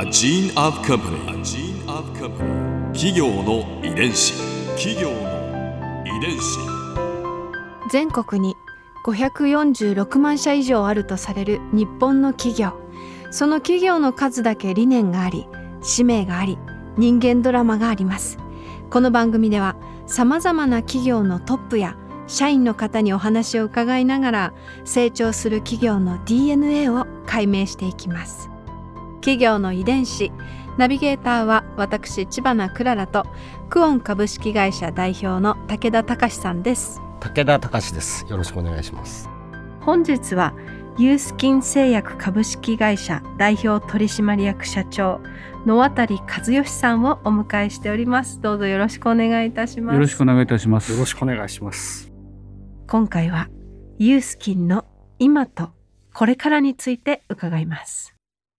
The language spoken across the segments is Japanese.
gene of company. A gene of company. 企業の遺伝子。企業の遺伝子。 全国に546万社以上あるとされる日本の企業。その企業の数だけ理念があり、使命があり、人間ドラマがあります。この番組ではさまざまな企業のトップや社員の方にお話を伺いながら、成長する企業の DNA を解明していきます。企業の遺伝子。ナビゲーターは私知花くららと、クオン株式会社代表の武田隆さんです。 武田隆です。よろしくお願いします。 本日はユースキン製薬株式会社代表取締役社長野渡和義さんをお迎えしております。どうぞよろしくお願いいたします。 よろしくお願いいたします。 よろしくお願いします。 今回はユースキンの今とこれからについて伺います。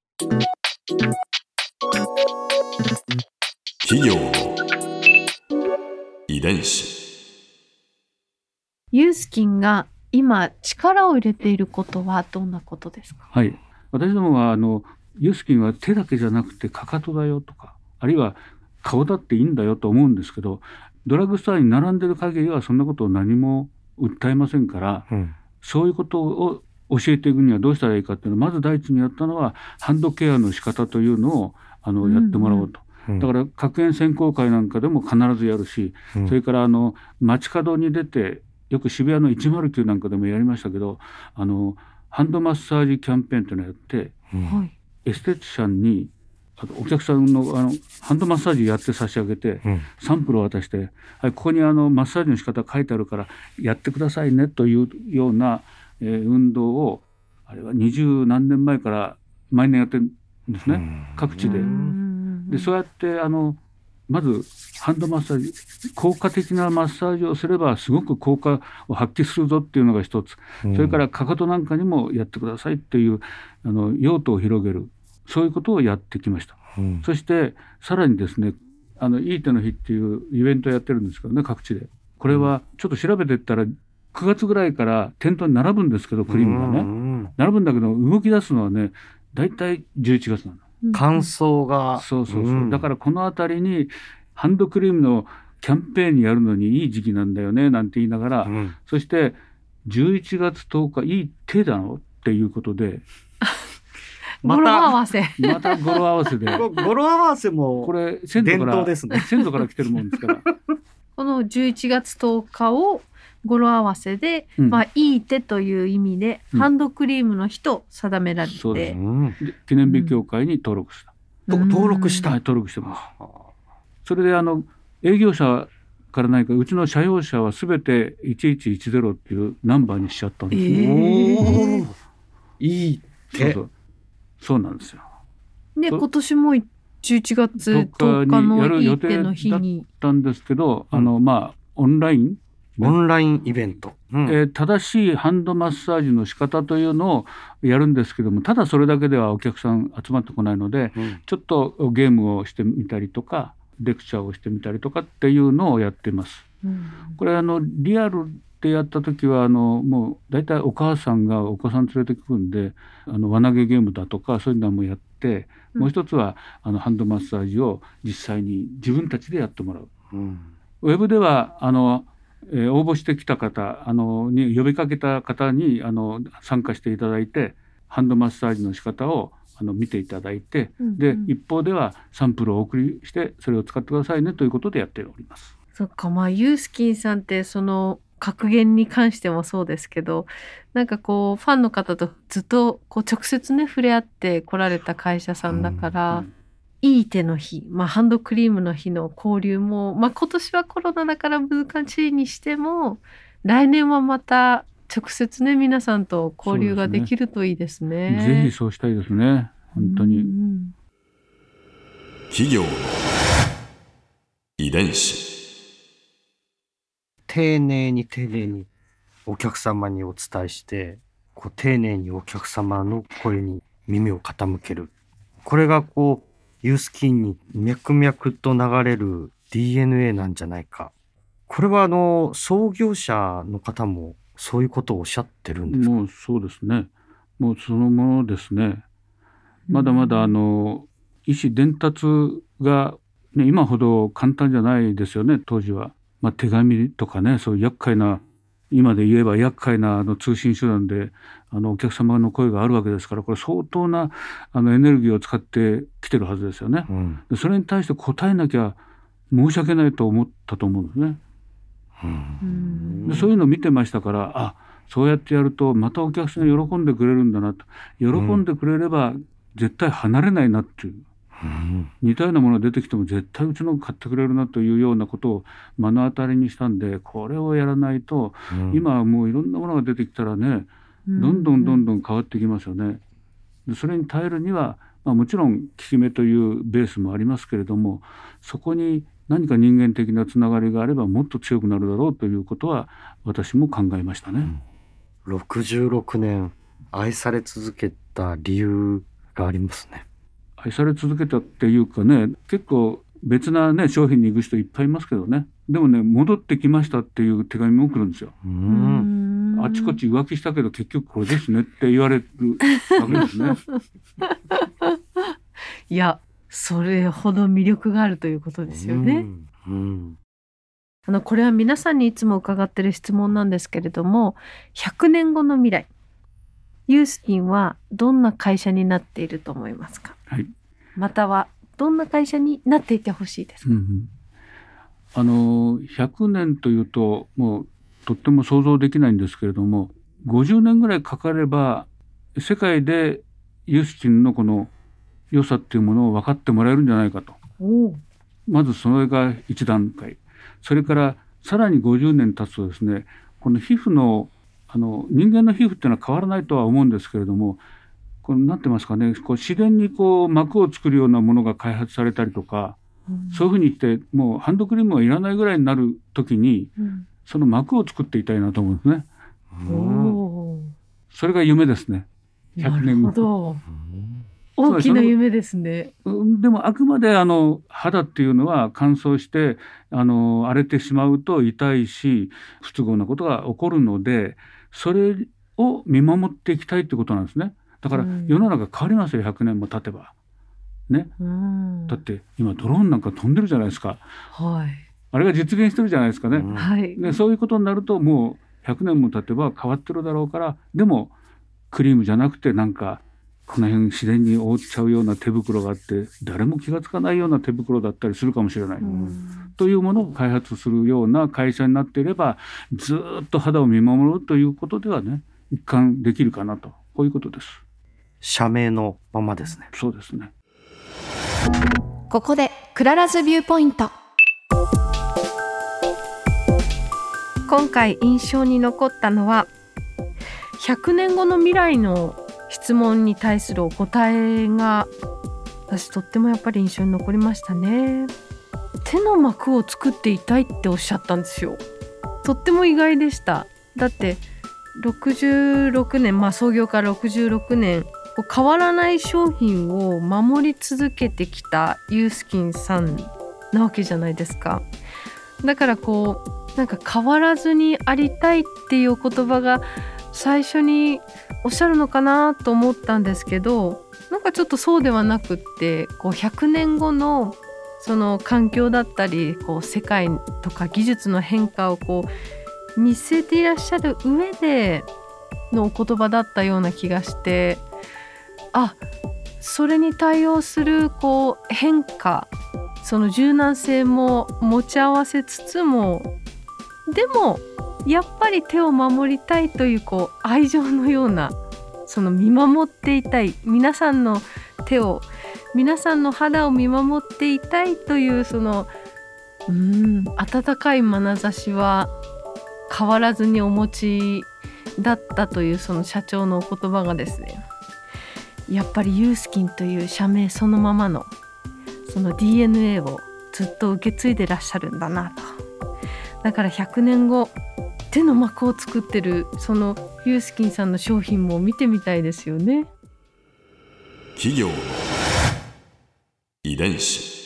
企業の遺伝子。 ユースキンが今力を入れていることはどんなことですか？ はい、私どもはユースキンは手だけじゃなくてかかとだよとか、あるいは顔だっていいんだよと思うんですけど、ドラッグストアに並んでる限りはそんなことを何も訴えませんから、そういうことを教えていくにはどうしたらいいかっていうのをまず第一にやったのは、ハンドケアの仕方というのをやってもらおうと。だから学園選考会なんかでも必ずやるし、それから街角に出て、よく渋谷の109なんかでもやりましたけど、ハンドマッサージキャンペーンというのをやって、エステティシャンにお客さんのハンドマッサージやって差し上げて、サンプルを渡して、はい、ここにマッサージの仕方書いてあるからやってくださいねというような、運動を、あれは20何年前から毎年やってるんですね、各地で。でそうやってまずハンドマッサージ、効果的なマッサージをすればすごく効果を発揮するぞっていうのが一つ、それからかかとなんかにもやってくださいっていう用途を広げる、そういうことをやってきました。そしてさらにですね、いい手の日っていうイベントをやってるんですけどね、各地で。これはちょっと調べていったら9月ぐらいから店頭に並ぶんですけど、クリームがね並ぶんだけど、動き出すのはねだいたい11月なの。 乾燥がそう、だからこのあたりにハンドクリームのキャンペーンにやるのにいい時期なんだよねなんて言いながら、そして11月10日いい手だのっていうことで語呂合わせまた語呂合わせで語呂合わせもこれ先祖からですね、先祖から来てるもんですからこの11月10日を語呂合わせで、いい手という意味で、ハンドクリームの日と定められて、 そうです。で記念日協会に登録した、 登録した、 登録してます。それで営業者から何か、うちの社用車はすべて1110っていうナンバーにしちゃったんですね。 いい手。 そうなんですよ。 で今年も11月10日のいい手の日にだったんですけど、オンラインイベント、 正しいハンドマッサージの仕方というのをやるんですけども、ただそれだけではお客さん集まってこないので、ちょっとゲームをしてみたりとかレクチャーをしてみたりとかっていうのをやってます。これリアルでやった時はもうだいたいお母さんがお子さん連れてくるんで、輪投げゲームだとかそういうのもやって、もう一つはハンドマッサージを実際に自分たちでやってもらう。ウェブでは応募してきた方に呼びかけた方に参加していただいて、ハンドマッサージの仕方を見ていただいて、で一方ではサンプルをお送りしてそれを使ってくださいねということでやっております。 そっか、ユースキンさんってその格言に関してもそうですけど、なんかこうファンの方とずっと直接ね触れ合って来られた会社さんだから、いい手の日、ハンドクリームの日の交流も、今年はコロナだから難しいにしても、来年はまた直接ね皆さんと交流ができるといいですね。 ぜひそうしたいですね、本当に。 企業の遺伝子。 丁寧にお客様にお伝えして、丁寧にお客様の声に耳を傾ける、これがユースキンに脈々と流れる DNA なんじゃないか。これは創業者の方もそういうことをおっしゃってるんですか？ もうそうですね、もうそのものですね。まだまだ意思伝達が、ね、今ほど簡単じゃないですよね当時は。手紙とかね、そういう厄介な、今で言えば厄介な通信手段でお客様の声があるわけですから、これ相当なエネルギーを使ってきてるはずですよね、でそれに対して答えなきゃ申し訳ないと思ったと思うんですね、でそういうのを見てましたから、そうやってやるとまたお客さんが喜んでくれるんだなと、喜んでくれれば絶対離れないなっていう、似たようなものが出てきても絶対うちの買ってくれるなというようなことを目の当たりにしたんで、これをやらないと、今はもういろんなものが出てきたらね、どんどん変わってきますよね。でそれに耐えるには、もちろん効き目というベースもありますけれども、そこに何か人間的なつながりがあればもっと強くなるだろうということは私も考えましたね、 66年愛され続けた理由がありますね。 愛され続けたっていうかね、結構別なね商品に行く人いっぱいいますけどね、でもね戻ってきましたっていう手紙も来るんですよ。あちこち浮気したけど結局これですねって言われるわけですねいや、それほど魅力があるということですよね。これは皆さんにいつも伺っている質問なんですけれども、100年後の未来、ユースキンはどんな会社になっていると思いますか？またはどんな会社になっていてほしいですか ？100年というともうとっても想像できないんですけれども、50年ぐらいかかれば世界でユースキンのこの良さっていうものを分かってもらえるんじゃないかと。まずそれが一段階。それからさらに50年経つとですね、この皮膚の人間の皮膚っていうのは変わらないとは思うんですけれども、これなんて言いますかね、自然に膜を作るようなものが開発されたりとか、そういうふうにしてもうハンドクリームはいらないぐらいになる時に、その膜を作っていたいなと思うんですね。それが夢ですね。100年後。 なるほど。大きな夢ですね。 でもあくまで肌っていうのは乾燥して荒れてしまうと痛いし不都合なことが起こるので、それを見守っていきたいってことなんですね。だから世の中変わりますよ、100年も経てばね。だって今ドローンなんか飛んでるじゃないですか、あれが実現してるじゃないですかね、でそういうことになるともう100年も経てば変わってるだろうから、でもクリームじゃなくてなんかこの辺自然に覆っちゃうような手袋があって誰も気がつかないような手袋だったりするかもしれない、というものを開発するような会社になっていれば、ずっと肌を見守るということではね一貫できるかなと、こういうことです。 社名のままですね。 そうですね。 ここでクララズビューポイント。今回印象に残ったのは 100年後の未来の質問に対するお答えが私とってもやっぱり印象に残りましたね。手の膜を作っていたいっておっしゃったんですよ。とっても意外でした。だって66年、創業から66年変わらない商品を守り続けてきたユースキンさんなわけじゃないですか。だからなんか変わらずにありたいっていう言葉が最初におっしゃるのかなと思ったんですけど、なんかちょっとそうではなくって100年後のその環境だったり世界とか技術の変化を見据えていらっしゃる上でのお言葉だったような気がして、それに対応する変化、その柔軟性も持ち合わせつつも、でもやっぱり手を守りたいという愛情のような、その見守っていたい、皆さんの手を、皆さんの肌を見守っていたいというその温かい眼差しは変わらずにお持ちだったというその社長のお言葉がですね、やっぱりユースキンという社名そのままのその DNA をずっと受け継いでらっしゃるんだなと。だから100年後手の膜を作ってるそのユースキンさんの商品も見てみたいですよね。 企業の遺伝子。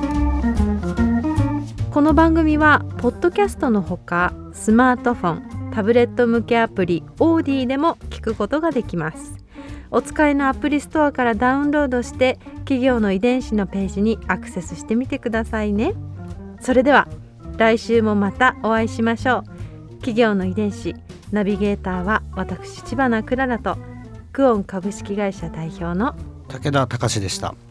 この番組はポッドキャストのほかスマートフォン、 タブレット向けアプリオーディでも聞くことができます。お使いのアプリストアからダウンロードして企業の遺伝子のページにアクセスしてみてくださいね。それでは来週もまたお会いしましょう。企業の遺伝子ナビゲーターは私知花くららとクオン株式会社代表の武田隆でした。